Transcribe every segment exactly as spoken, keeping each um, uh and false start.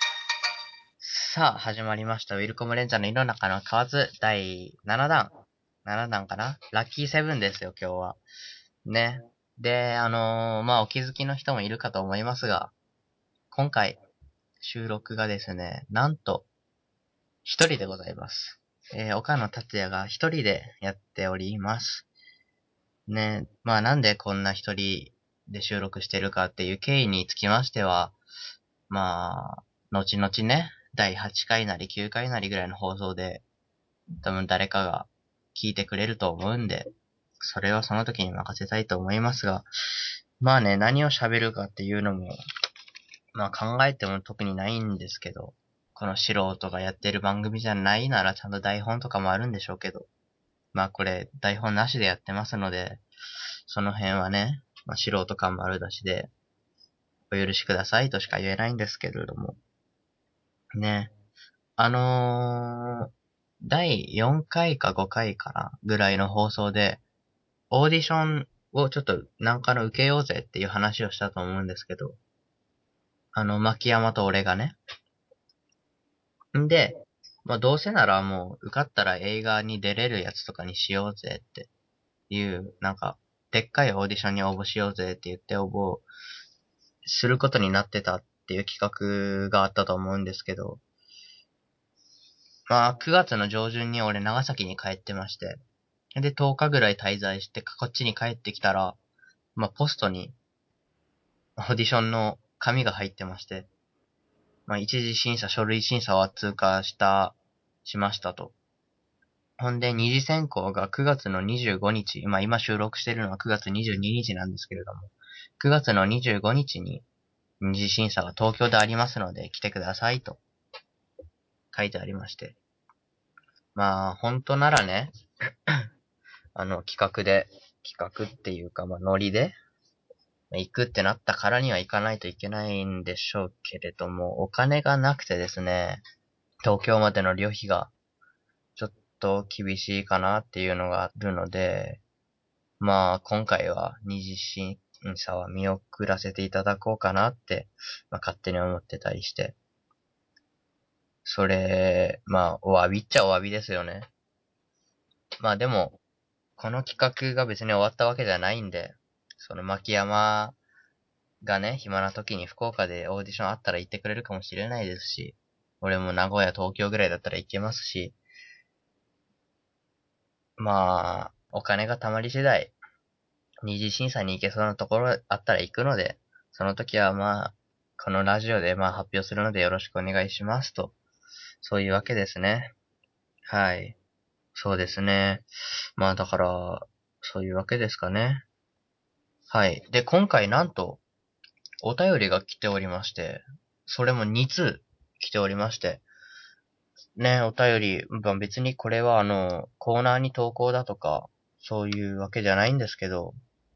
さあ、始まりました。ウィルコムレンジャーの世の中の蛙だいななだん。ななだんかなラッキーセブンですよ、今日は。ね。で、あのーまあ、お気づきの人もいるかと思いますが、今回、収録がですね、なんと、一人でございます。えー、岡野達也が一人でやっております。ね。まあ、なんでこんな一人で収録してるかっていう経緯につきましては、まあ、後々ね、だいはちかいなりきゅうかいなりぐらいの放送で、多分誰かが聞いてくれると思うんで、それはその時に任せたいと思いますが、まあね、何を喋るかっていうのも、まあ考えても特にないんですけど、この素人がやってる番組じゃないならちゃんと台本とかもあるんでしょうけど、まあこれ台本なしでやってますので、その辺はね、まあ素人感もあるだしで、お許しくださいとしか言えないんですけれども、ね。あのー、だいよんかいかごかいかなぐらいの放送で、オーディションをちょっとなんかの受けようぜっていう話をしたと思うんですけど、あの、牧山と俺がね。んで、まあどうせならもう受かったら映画に出れるやつとかにしようぜっていう、なんか、でっかいオーディションに応募しようぜって言って応募することになってたっていう企画があったと思うんですけど、まあくがつの上旬に俺長崎に帰ってまして、 で、とおかぐらい滞在して、こっちに帰ってきたら、まあ、ポストに、オーディションの紙が入ってまして、まあ、一次審査、書類審査は通過した、しましたと。ほんで、二次選考がくがつのにじゅうごにち、まあ今収録してるのはくがつにじゅうににちなんですけれども、くがつのにじゅうごにちに二次審査が東京でありますので来てくださいと書いてありまして。まあ、本当ならね、あの企画で、企画っていうかまあノリで行くってなったからには行かないといけないんでしょうけれども、お金がなくてですね、東京までの旅費がちょっと厳しいかなっていうのがあるので、まあ、今回は二次審査は見送らせていただこうかなって、まあ、勝手に思ってたりして。それ、まあ、お詫びっちゃお詫びですよね。まあでも、この企画が別に終わったわけじゃないんで、その牧山がね、暇な時に福岡でオーディションあったら行ってくれるかもしれないですし、俺も名古屋、東京ぐらいだったら行けますし、まあ、お金が貯まり次第、二次審査に行けそうなところあったら行くので、その時はまあ、このラジオでまあ発表するのでよろしくお願いしますと。そういうわけですね。はい。そうですね。まあだから、そういうわけですかね。はい。で、今回なんと、お便りが来ておりまして、それもにつう来ておりまして、ね、お便り、まあ別にこれはあの、コーナーに投稿だとか、そういうわけじゃないんですけど、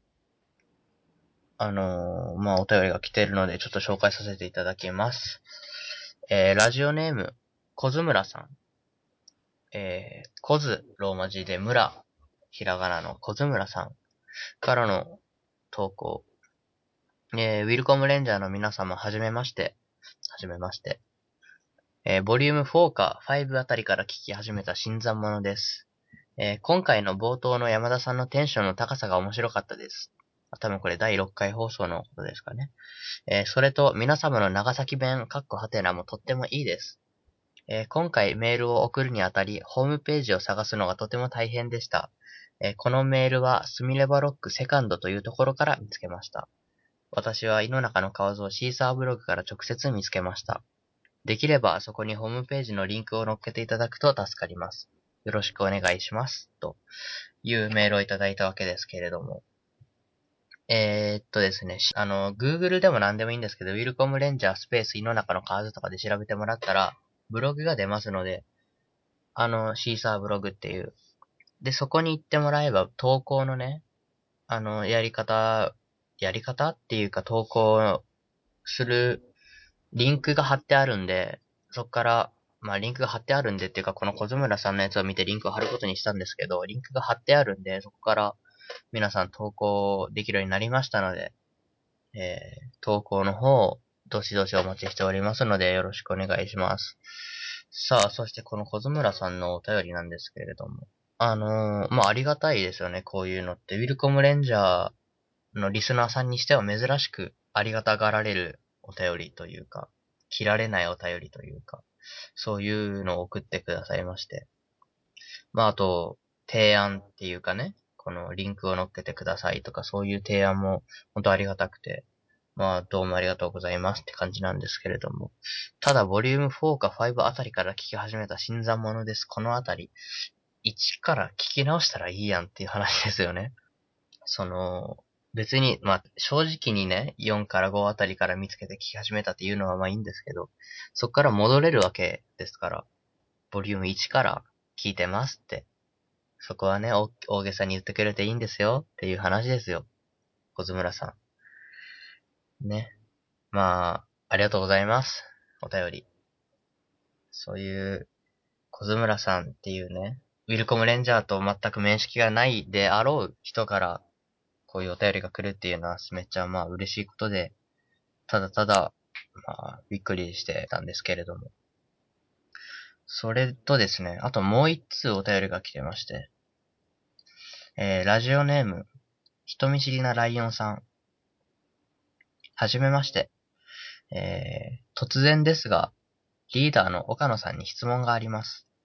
あのーまあ、お便りが来ているので、ちょっと紹介させていただきます。えー、ラジオネーム、小津村さん。えー、小津、ローマ字で村、ひらがなの小津村さんからの投稿。えー、ウィルコムレンジャーの皆様、はじめまして。はじめまして。えー、ボリュームフォーかファイブあたりから聞き始めた新参者です。えー、今回の冒頭の山田さんのテンションの高さが面白かったです。多分これだいろっかい放送のことですかね。えーそれと、皆様の長崎弁、かっこはてなもとってもいいです。えー今回メールを送るにあたり、ホームページを探すのがとても大変でした。えーこのメールは、スミレバロックセカンドというところから見つけました。私は井の中の蛙をシーサーブログから直接見つけました。できれば、そこにホームページのリンクを載っけていただくと助かります。よろしくお願いします。というメールをいただいたわけですけれども。えーっとですね、あの、Google でも何でもいいんですけど、ウィルコムレンジャースペース井の中の蛙とかで調べてもらったら、ブログが出ますので、あの、シーサーブログっていう。で、そこに行ってもらえば、投稿のね、あの、やり方、やり方っていうか投稿するリンクが貼ってあるんで、そこから、まあリンクが貼ってあるんでっていうか、この小津村さんのやつを見てリンクを貼ることにしたんですけど、リンクが貼ってあるんで、そこから皆さん投稿できるようになりましたので、えー、投稿の方、どしどしお待ちしておりますので、よろしくお願いします。さあ、そしてこの小津村さんのお便りなんですけれども。あのー、まあ、ありがたいですよね、こういうのって。ウィルコムレンジャーのリスナーさんにしては珍しくありがたがられるお便りというか、切られないお便りというか、そういうのを送ってくださいまして。まあ、あと、提案っていうかね、このリンクを載っけてくださいとか、そういう提案も本当ありがたくて、まあ、どうもありがとうございますって感じなんですけれども。ただ、ボリュームフォーかファイブあたりから聞き始めた新参者です。このあたり、いちから聞き直したらいいやんっていう話ですよね。その、別に、まあ、正直にね、よんからごあたりから見つけて聞き始めたっていうのはまあいいんですけど、そこから戻れるわけですから、ボリュームいちから聞いてますって。そこはね、大大げさに言ってくれていいんですよっていう話ですよ。小津村さん。ね。まあ、ありがとうございます。お便り。そういう、小津村さんっていうね、ウィルコムレンジャーと全く面識がないであろう人から、こういうお便りが来るっていうのはめっちゃまあ嬉しいことで、ただただ、まあ、びっくりしてたんですけれども。それとですね、あともう一通お便りが来てまして、えー、ラジオネーム、人見知りなライオンさん。はじめまして。えー、突然ですが、リーダーの岡野さんに質問があります。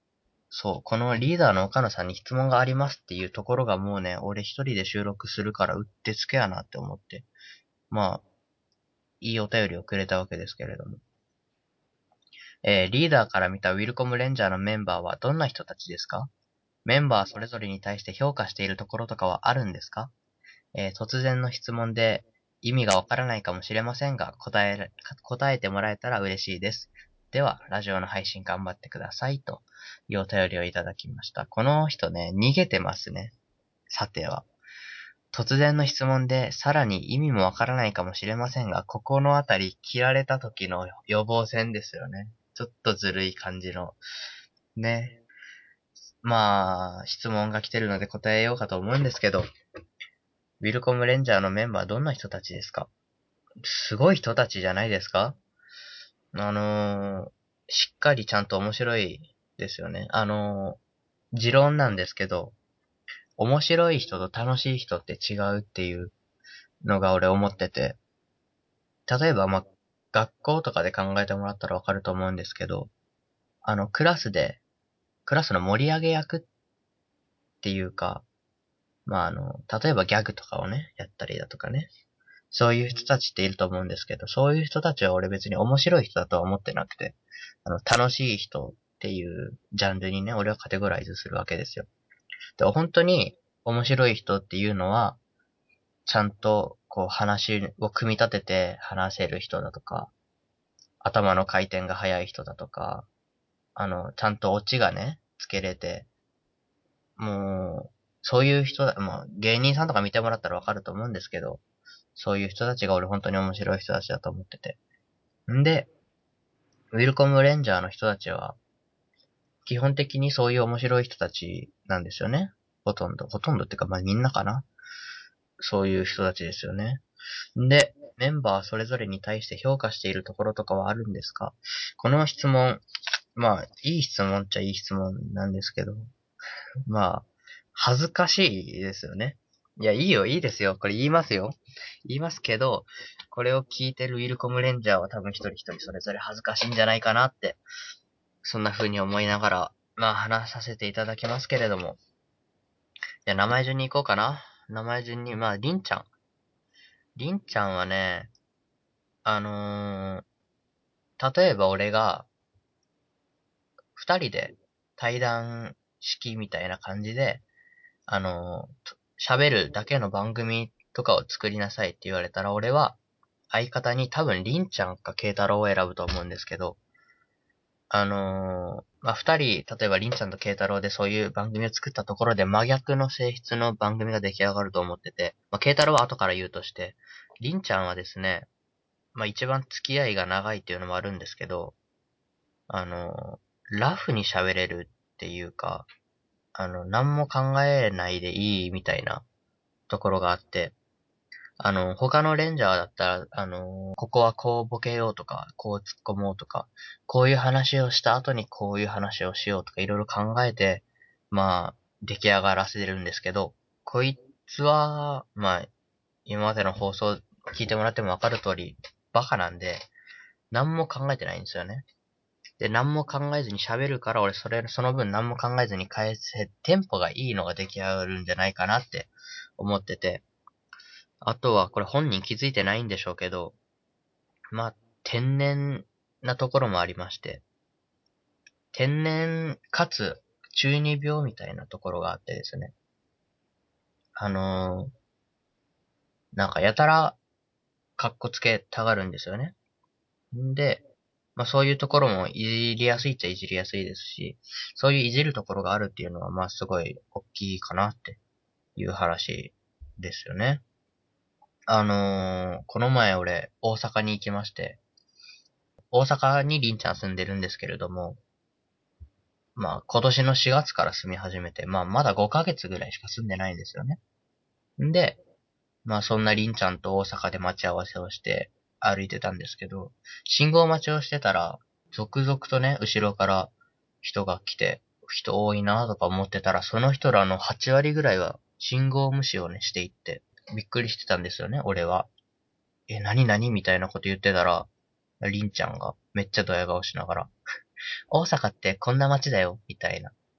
そう、このリーダーの岡野さんに質問がありますっていうところがもうね、俺一人で収録するからうってつけやなって思って、まあ、いいお便りをくれたわけですけれども。えー、リーダーから見たウィルコムレンジャーのメンバーはどんな人たちですか？メンバーそれぞれに対して評価しているところとかはあるんですか？えー突然の質問で意味がわからないかもしれませんが、答え、答えてもらえたら嬉しいです。では、ラジオの配信頑張ってください。というお便りをいただきました。この人ね、逃げてますね。さては。突然の質問で、さらに意味もわからないかもしれませんが、ここのあたり、切られた時の予防線ですよね。ちょっとずるい感じの。ね。まあ、質問が来てるので答えようかと思うんですけど、ウィルコムレンジャーのメンバーはどんな人たちですか？すごい人たちじゃないですか？あのー、しっかりちゃんと面白いですよね。あのー、持論なんですけど、面白い人と楽しい人って違うっていうのが俺思ってて、例えばまあ、学校とかで考えてもらったらわかると思うんですけど、あの、クラスで、クラスの盛り上げ役っていうか、まああの、例えばギャグとかをね、やったりだとかね、そういう人たちっていると思うんですけど、そういう人たちは俺別に面白い人だとは思ってなくて、あの、楽しい人っていうジャンルにね、俺はカテゴライズするわけですよ。で、本当に面白い人っていうのは、ちゃんと、こう話を組み立てて話せる人だとか、頭の回転が速い人だとか、あの、ちゃんとオチがね、つけれて、もう、そういう人だ、まあ、芸人さんとか見てもらったらわかると思うんですけど、そういう人たちが俺本当に面白い人たちだと思ってて。んで、ウィルコムレンジャーの人たちは、基本的にそういう面白い人たちなんですよね。ほとんど。ほとんどっていうか、まあみんなかな。そういう人たちですよね。んで、メンバーそれぞれに対して評価しているところとかはあるんですか？この質問、まあ、いい質問っちゃいい質問なんですけど、まあ、恥ずかしいですよね。いや、いいよ、いいですよ。これ言いますよ。言いますけど、これを聞いてるウィルコムレンジャーは多分一人一人それぞれ恥ずかしいんじゃないかなって、そんな風に思いながら、まあ話させていただきますけれども。じゃあ名前順に行こうかな。名前順に、まあ、りんちゃん。りんちゃんはね、あのー、例えば俺が、二人で対談式みたいな感じで、あのー、喋るだけの番組とかを作りなさいって言われたら、俺は相方に多分りんちゃんか慶太郎を選ぶと思うんですけど、あのー、まあ、二人、例えばりんちゃんと慶太郎でそういう番組を作ったところで真逆の性質の番組が出来上がると思ってて、まあ、慶太郎は後から言うとして、りんちゃんはですね、まあ、一番付き合いが長いっていうのもあるんですけど、あのー、ラフに喋れるっていうか、あの、何も考えないでいいみたいなところがあって、あの、他のレンジャーだったら、あの、ここはこうボケようとか、こう突っ込もうとか、こういう話をした後にこういう話をしようとかいろいろ考えて、まあ、出来上がらせるんですけど、こいつは、まあ、今までの放送聞いてもらってもわかる通り、バカなんで、何も考えてないんですよね。で、何も考えずに喋るから、俺それ、その分何も考えずに返せ、テンポがいいのが出来上がるんじゃないかなって思ってて、あとは、これ本人気づいてないんでしょうけど、まあ、天然なところもありまして、天然かつ中二病みたいなところがあってですね。あのー、なんかやたらかっこつけたがるんですよね。んで、まあそういうところもいじりやすいっちゃいじりやすいですし、そういういじるところがあるっていうのはまあすごい大きいかなっていう話ですよね。あのー、この前俺大阪に行きまして、大阪にりんちゃん住んでるんですけれども、まあ、今年のしがつから住み始めて、まあ、まだごかげつぐらいしか住んでないんですよね。んで、まあ、そんなりんちゃんと大阪で待ち合わせをして歩いてたんですけど、信号待ちをしてたら、続々とね、後ろから人が来て、人多いなとか思ってたら、その人らのはち割ぐらいは信号無視をね、していって、びっくりしてたんですよね、俺は。え、なになにみたいなこと言ってたら、りんちゃんがめっちゃドヤ顔しながら、大阪ってこんな街だよ、みたいな。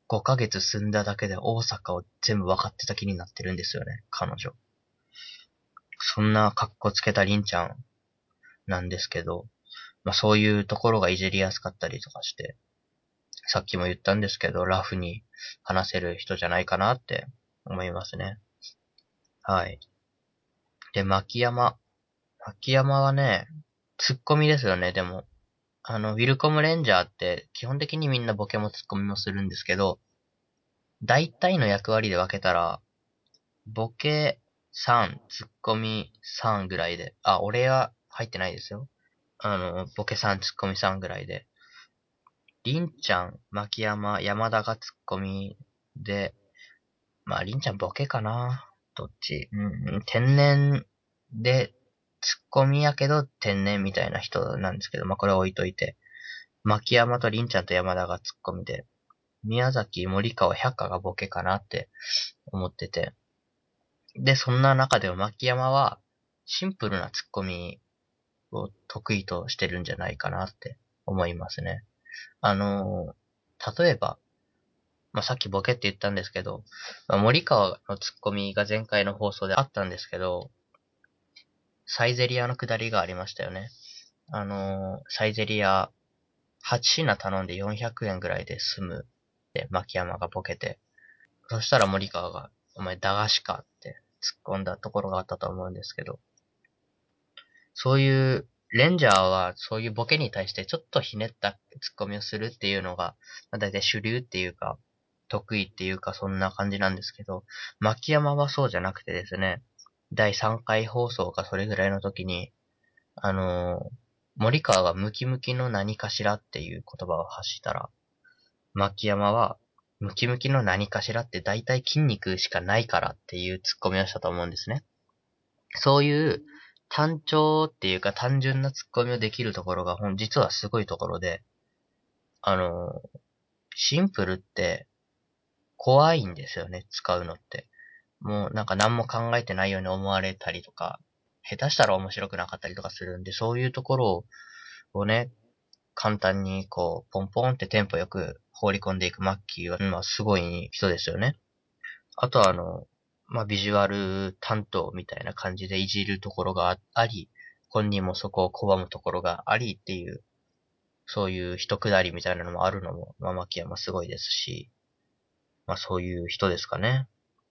ごかげつ住んだだけで大阪を全部分かってた気になってるんですよね、彼女。そんな格好つけたりんちゃんなんですけど、まあそういうところがいじりやすかったりとかして、さっきも言ったんですけど、ラフに話せる人じゃないかなって思いますね。はい。で、牧山。牧山はね、ツッコミですよね、でも。あの、ウィルコムレンジャーって基本的にみんなボケもツッコミもするんですけど、大体の役割で分けたら、ボケさん、ツッコミさんぐらいで、あ、俺は入ってないですよ。あの、ボケさん、ツッコミさんぐらいで、りんちゃん、牧山、山田がツッコミで、まあ、りんちゃんボケかな。どっちうん、天然で、ツッコミやけど天然みたいな人なんですけど、まあ、これは置いといて。牧山とりんちゃんと山田がツッコミで、宮崎、森川、百花がボケかなって思ってて。で、そんな中でも牧山は、シンプルなツッコミを得意としてるんじゃないかなって思いますね。あのー、例えば、まあ、さっきボケって言ったんですけど、まあ、森川のツッコミが前回の放送であったんですけど、サイゼリアの下りがありましたよね。あのー、サイゼリアはち品頼んでよんひゃくえんぐらいで済むって牧山がボケて、そしたら森川が、お前駄菓子かって突っ込んだところがあったと思うんですけど、そういう、レンジャーはそういうボケに対してちょっとひねったツッコミをするっていうのが、まあ、大体主流っていうか、得意っていうかそんな感じなんですけど、牧山はそうじゃなくてですね、だいさんかい放送かそれぐらいの時に、あのー森川がムキムキの何かしらっていう言葉を発したら、牧山は、ムキムキの何かしらって大体筋肉しかないからっていうツッコミをしたと思うんですね。そういう単調っていうか単純なツッコミをできるところがほん実はすごいところで、あの、シンプルって怖いんですよね、使うのって。もうなんか何も考えてないように思われたりとか、下手したら面白くなかったりとかするんで、そういうところをね、簡単にこう、ポンポンってテンポよく放り込んでいくマッキーは、まあすごい人ですよね。あとはあの、まあビジュアル担当みたいな感じでいじるところがあり、本人もそこを拒むところがありっていう、そういう一くだりみたいなのもあるのも、まあマキヤもすごいですし、まあそういう人ですかね。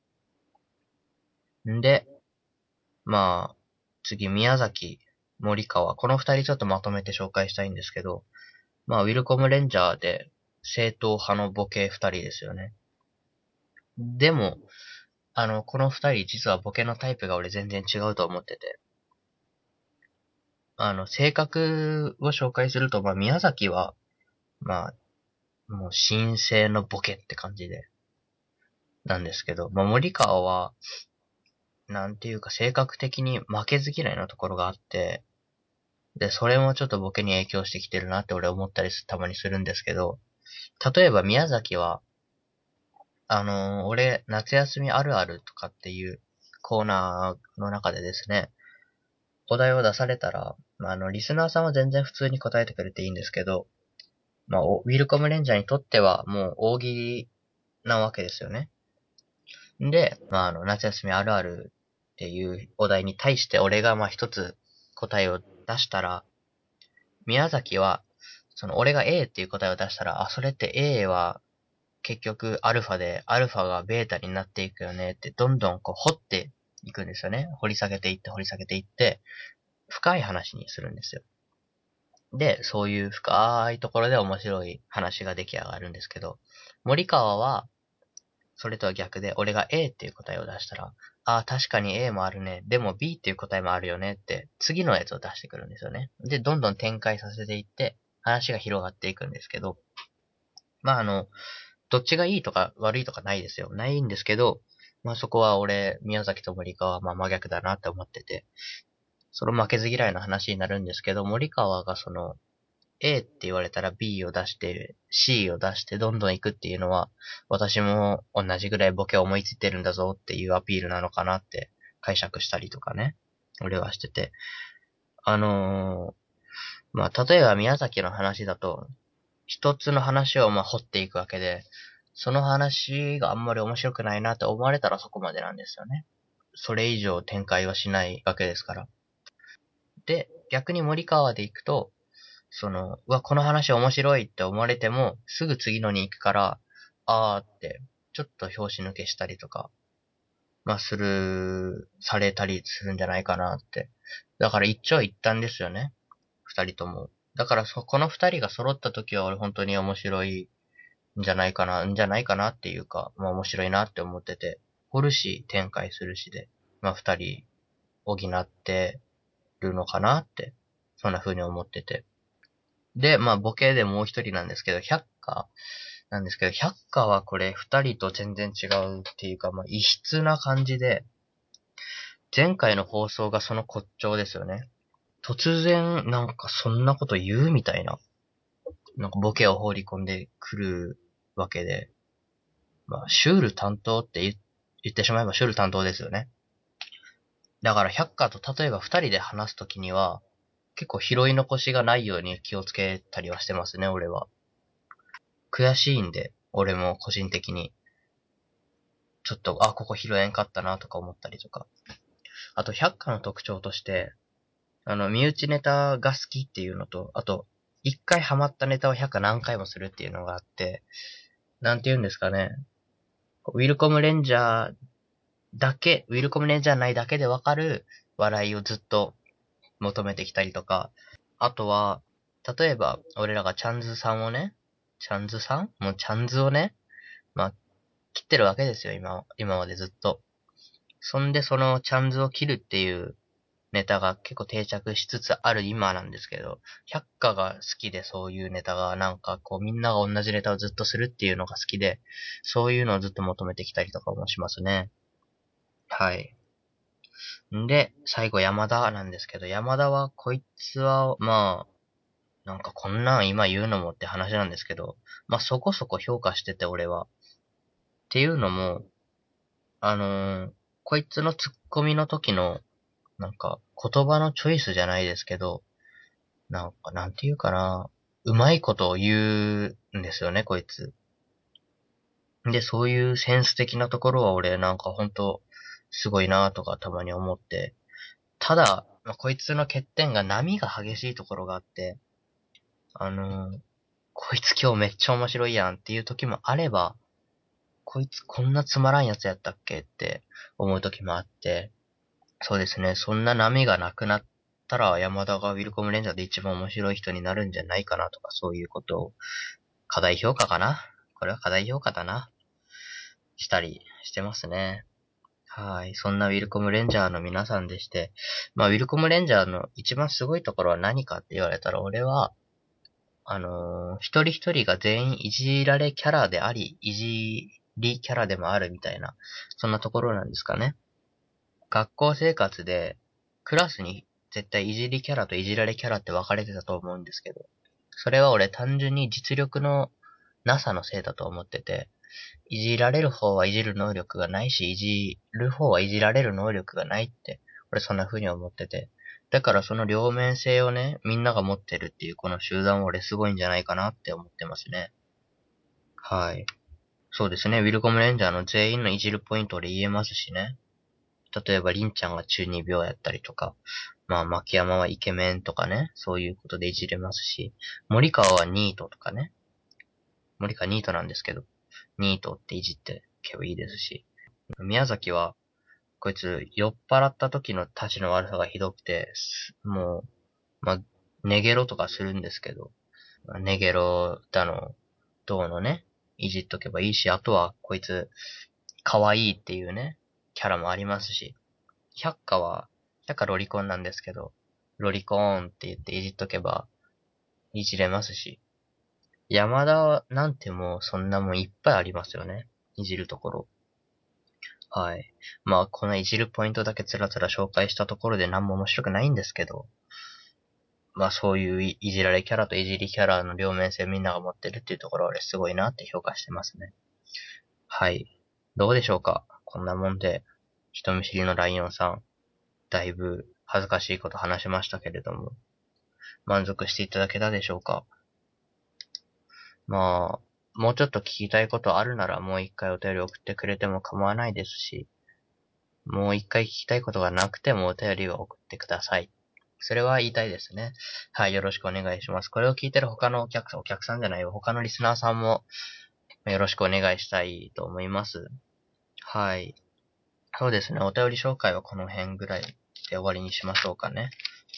んで、まあ、次宮崎、森川、この二人ちょっとまとめて紹介したいんですけど、まあウィルコムレンジャーで正統派のボケ二人ですよね。でも、あの、この二人実はボケのタイプが俺全然違うと思ってて、あの、性格を紹介すると、まあ宮崎は、まあ、もう神聖のボケって感じで、なんですけど、まあ森川は、なんていうか性格的に負けず嫌いなところがあって、で、それもちょっとボケに影響してきてるなって俺思ったりすたまにするんですけど、例えば宮崎は、あのー俺、夏休みあるあるとかっていうコーナーの中でですね、お題を出されたら、まあ、あの、リスナーさんは全然普通に答えてくれていいんですけど、まあ、ウィルコムレンジャーにとってはもう大喜利なわけですよね。で、まあ、あの、夏休みあるあるっていうお題に対して俺がまあ一つ答えを出したら、宮崎は、その俺が A っていう答えを出したら、あ、それって A は結局アルファで、アルファがベータになっていくよねって、どんどんこう掘っていくんですよね。掘り下げていって掘り下げていって、深い話にするんですよ。で、そういう深いところで面白い話が出来上がるんですけど、森川は、それとは逆で、俺が A っていう答えを出したら、ああ、確かに A もあるね。でも B っていう答えもあるよねって、次のやつを出してくるんですよね。で、どんどん展開させていって、話が広がっていくんですけど、まあ、あの、どっちがいいとか悪いとかないですよ。ないんですけど、まあそこは俺、宮崎と森川はまあ真逆だなって思ってて、その負けず嫌いな話になるんですけど、森川がその、A って言われたら B を出して、C を出してどんどん行くっていうのは、私も同じぐらいボケ思いついてるんだぞっていうアピールなのかなって解釈したりとかね。俺はしてて。あのー、まあ、例えば宮崎の話だと、一つの話をまあ掘っていくわけで、 その話があんまり面白くないなって思われたらそこまでなんですよね。それ以上展開はしないわけですから。で、逆に森川で行くと、その、うわ、この話面白いって思われても、すぐ次のに行くから、あーって、ちょっと拍子抜けしたりとか、まあ、する、されたりするんじゃないかなって。だから一長一短ですよね。二人とも。だからそ、この二人が揃った時は俺本当に面白いんじゃないかな、んじゃないかなっていうか、まあ面白いなって思ってて、掘るし、展開するしで、まあ二人補ってるのかなって、そんな風に思ってて。で、まあボケでもう一人なんですけど、百花なんですけど、百花はこれ二人と全然違うっていうか、まあ異質な感じで、前回の放送がその骨頂ですよね。突然、なんかそんなこと言うみたいな、なんかボケを放り込んでくるわけで、まあ、シュール担当って言言ってしまえばシュール担当ですよね。だから百花と例えば二人で話すときには、結構拾い残しがないように気をつけたりはしてますね、俺は。悔しいんで、俺も個人的に。ちょっと、あ、ここ拾えんかったなとか思ったりとか。あと、百花の特徴として、あの、身内ネタが好きっていうのと、あと、一回ハマったネタを百花何回もするっていうのがあって、なんて言うんですかね。ウィルコムレンジャーだけ、ウィルコムレンジャー内だけでわかる笑いをずっと求めてきたりとか、あとは、例えば、俺らがチャンズさんをね、チャンズさんもうチャンズをね、まあ、切ってるわけですよ、今、今までずっと。そんで、そのチャンズを切るっていうネタが結構定着しつつある今なんですけど、百花が好きでそういうネタがなんかこうみんなが同じネタをずっとするっていうのが好きで、そういうのをずっと求めてきたりとかもしますね。はい。んで、最後山田なんですけど、山田はこいつは、まあ、なんかこんなん今言うのもって話なんですけど、まあそこそこ評価してて俺は。っていうのも、あのーこいつのツッコミの時の、なんか言葉のチョイスじゃないですけど、なんかなんていうかな、うまいことを言うんですよね、こいつ。で、そういうセンス的なところは俺なんかほんとすごいなとかたまに思って、ただ、まあ、こいつの欠点が波が激しいところがあって、あのーこいつ今日めっちゃ面白いやんっていう時もあれば、こいつこんなつまらんやつやったっけって思う時もあって、そうですね、そんな波がなくなったら山田がウィルコムレンジャーで一番面白い人になるんじゃないかなとか、そういうことを、課題評価かなこれは課題評価だな。したりしてますね。はい。そんなウィルコムレンジャーの皆さんでして、まあ、ウィルコムレンジャーの一番すごいところは何かって言われたら、俺は、あのー一人一人が全員いじられキャラであり、いじりキャラでもあるみたいな、そんなところなんですかね。学校生活で、クラスに絶対いじりキャラといじられキャラって分かれてたと思うんですけど、それは俺単純に実力のなさのせいだと思ってて、いじられる方はいじる能力がないし、いじる方はいじられる能力がないって、俺そんな風に思ってて。だからその両面性をね、みんなが持ってるっていうこの集団は俺すごいんじゃないかなって思ってますね。はい。そうですね。ウィルコムレンジャーの全員のいじるポイント俺言えますしね。例えば、リンちゃんが中二病やったりとか、まあ、牧山はイケメンとかね、そういうことでいじれますし、森川はニートとかね。森川ニートなんですけど、ニートっていじって結構いいですし。宮崎は、こいつ、酔っ払った時の立ちの悪さがひどくて、もう、まあ、ネゲロとかするんですけど、ネゲロだの、どうのね、いじっとけばいいし、あとは、こいつ、可愛いっていうね、キャラもありますし、百花は、百花ロリコンなんですけど、ロリコーンって言っていじっとけば、いじれますし、山田なんてもうそんなもんいっぱいありますよね。いじるところ。はい。まあ、このいじるポイントだけつらつら紹介したところで何も面白くないんですけど、まあそういういいじられキャラといじりキャラの両面性みんなが持ってるっていうところは俺すごいなって評価してますね。はい。どうでしょうかこんなもんで、人見知りのライオンさん、だいぶ恥ずかしいこと話しましたけれども、満足していただけたでしょうかまあ、 もうちょっと聞きたいことあるならもう一回お便り送ってくれても構わないですし、もう一回聞きたいことがなくてもお便りを送ってください。それは言いたいですね。はい、よろしくお願いします。これを聞いてる他のお客さん、お客さんじゃないよ、他のリスナーさんもよろしくお願いしたいと思います。はい。そうですね、お便り紹介はこの辺ぐらいで終わりにしましょうかね。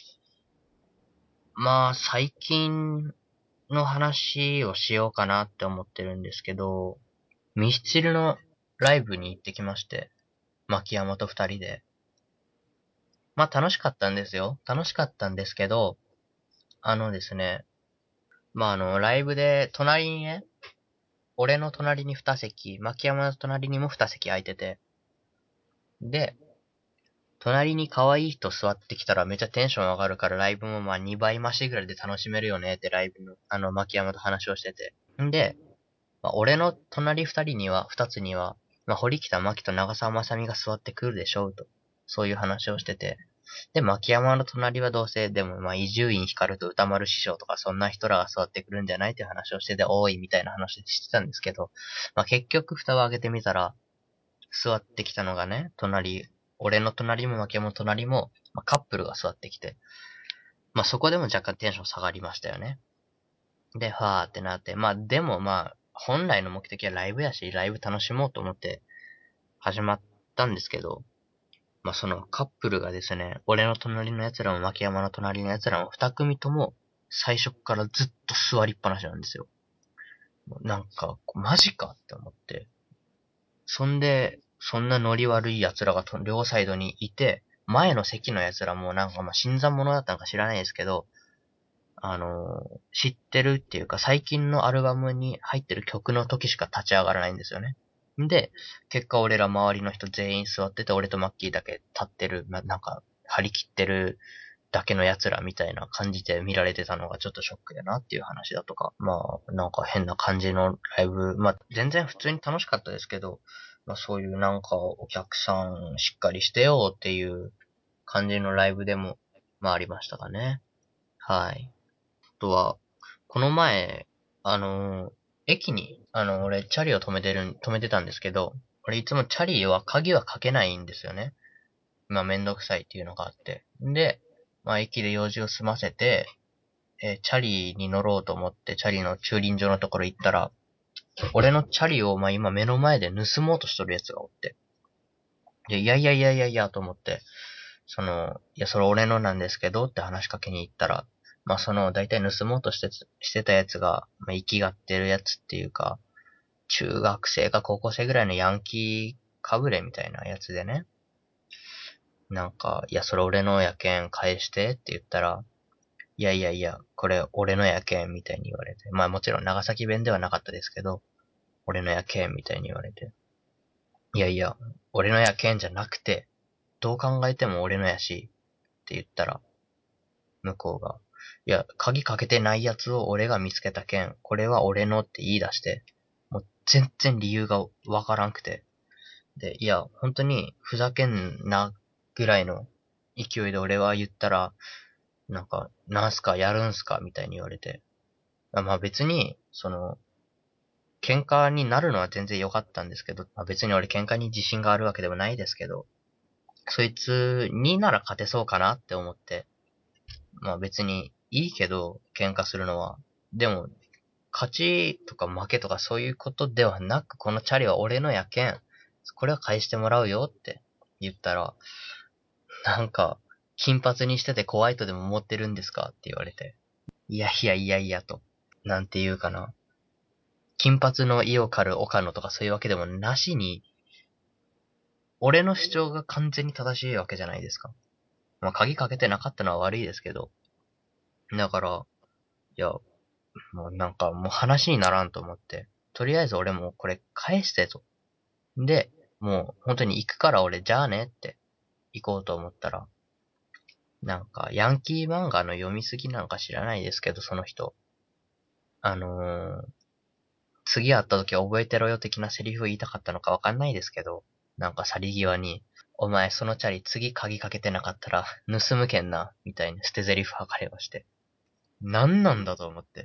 まあ、最近の話をしようかなって思ってるんですけど、ミスチルのライブに行ってきまして、牧山と二人で。まあ楽しかったんですよ。楽しかったんですけど、あのですね、まああの、ライブで隣にね、俺の隣に二席、牧山の隣にも二席空いてて、で、隣に可愛い人座ってきたらめっちゃテンション上がるからライブもまあにばい増しぐらいで楽しめるよねってライブの、あの、牧山と話をしてて。んで、まあ、俺の隣二人には、二つには、まあ、堀北真希と長澤まさみが座ってくるでしょうと。そういう話をしてて。で、牧山の隣はどうせ、でも、まあ、伊集院光と歌丸師匠とか、そんな人らが座ってくるんじゃないっていう話をしてて、多いみたいな話してたんですけど、まあ、結局、蓋を開けてみたら、座ってきたのがね、隣、俺の隣も牧山の隣も、まあ、カップルが座ってきて、まあ、そこでも若干テンション下がりましたよね。で、はーってなって、まあ、でもまあ、本来の目的はライブやし、ライブ楽しもうと思って始まったんですけど、まあそのカップルがですね、俺の隣の奴らも牧山の隣の奴らも二組とも最初からずっと座りっぱなしなんですよ。なんか、マジかって思って。そんで、そんなノリ悪い奴らがと両サイドにいて、前の席の奴らもなんかまあ新参者だったのか知らないですけど、あの、知ってるっていうか、最近のアルバムに入ってる曲の時しか立ち上がらないんですよね。で、結果俺ら周りの人全員座ってて、俺とマッキーだけ立ってる、ななんか、張り切ってるだけの奴らみたいな感じで見られてたのがちょっとショックだなっていう話だとか、まあ、なんか変な感じのライブ、まあ、全然普通に楽しかったですけど、まあそういうなんかお客さんしっかりしてよっていう感じのライブでも、まあありましたかね。はい。とは、この前、あのー駅に、あの、俺、チャリを止めてる、止めてたんですけど、俺いつもチャリは鍵はかけないんですよね。まあ、めんどくさいっていうのがあって。で、まあ、駅で用事を済ませて、えーチャリに乗ろうと思って、チャリの駐輪場のところ行ったら、俺のチャリを、まあ、今目の前で盗もうとしとるやつがおって。で、いやいやいやいやいやと思って、その、いや、それ俺のなんですけどって話しかけに行ったら、まあその、大体盗もうとして、してたやつが、まあ生きがってるやつっていうか、中学生か高校生ぐらいのヤンキーかぶれみたいなやつでね。なんか、いや、それ俺のやけん返してって言ったら、いやいやいや、これ俺のやけんみたいに言われて。まあもちろん長崎弁ではなかったですけど、俺のやけんみたいに言われて。いやいや、俺のやけんじゃなくて、どう考えても俺のやし、って言ったら、向こうが。いや、鍵かけてないやつを俺が見つけたけん、これは俺のって言い出して、もう全然理由がわからんくて。で、いや、本当にふざけんなぐらいの勢いで俺は言ったら、なんか、なんすか、やるんすかみたいに言われて。まあ別に、その、喧嘩になるのは全然良かったんですけど、まあ別に俺喧嘩に自信があるわけでもないですけど、そいつになら勝てそうかなって思って、まあ別にいいけど、喧嘩するのは。でも、勝ちとか負けとかそういうことではなく、このチャリは俺のやけん、これは返してもらうよって言ったら、なんか、金髪にしてて怖いとでも思ってるんですかって言われて。いやいやいやいやと。なんて言うかな。金髪の意を狩る岡野とかそういうわけでもなしに、俺の主張が完全に正しいわけじゃないですか。まあ鍵かけてなかったのは悪いですけど。だから、いや、もうなんかもう話にならんと思って。とりあえず俺もこれ返してと。で、もう本当に行くから俺じゃあねって行こうと思ったら、なんかヤンキー漫画の読みすぎなのか知らないですけど、その人。あのー、次会った時は覚えてろよ的なセリフを言いたかったのかわかんないですけど、なんか去り際に、お前そのチャリ次鍵かけてなかったら盗むけんな、みたいな捨て台詞吐かれまして。何なんだと思って。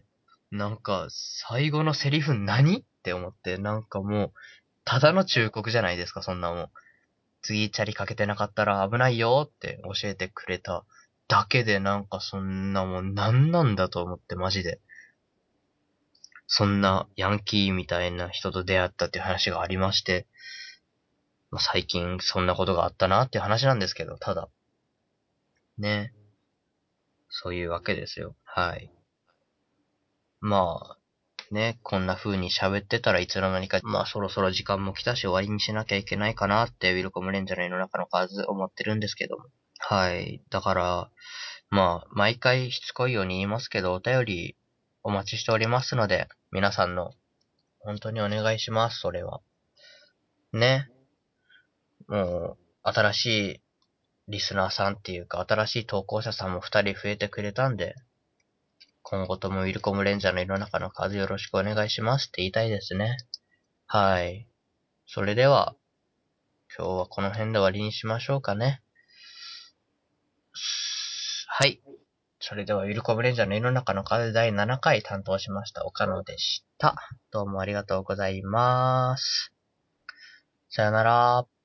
なんか、最後のセリフ何って思って、なんかもう、ただの忠告じゃないですか、そんなもん。次チャリかけてなかったら危ないよって教えてくれただけで、なんかそんなもん何なんだと思って、マジで。そんなヤンキーみたいな人と出会ったっていう話がありまして、まあ、最近そんなことがあったなっていう話なんですけど、ただ、ね、そういうわけですよ。はい。まあ、ね、こんな風に喋ってたらいつの間にか、まあそろそろ時間も来たし終わりにしなきゃいけないかなって、ウィルコムレンジャーの世の中の数思ってるんですけども。はい。だから、まあ、毎回しつこいように言いますけど、お便りお待ちしておりますので、皆さんの、本当にお願いします、それは。ね。もう、新しいリスナーさんっていうか、新しい投稿者さんも二人増えてくれたんで、今後ともウィルコムレンジャーの世の中の数よろしくお願いしますって言いたいですね。はい。それでは、今日はこの辺で終わりにしましょうかね。はい。それでは、ウィルコムレンジャーの世の中の数だいななかい担当しました岡野でした。どうもありがとうございます。さよなら。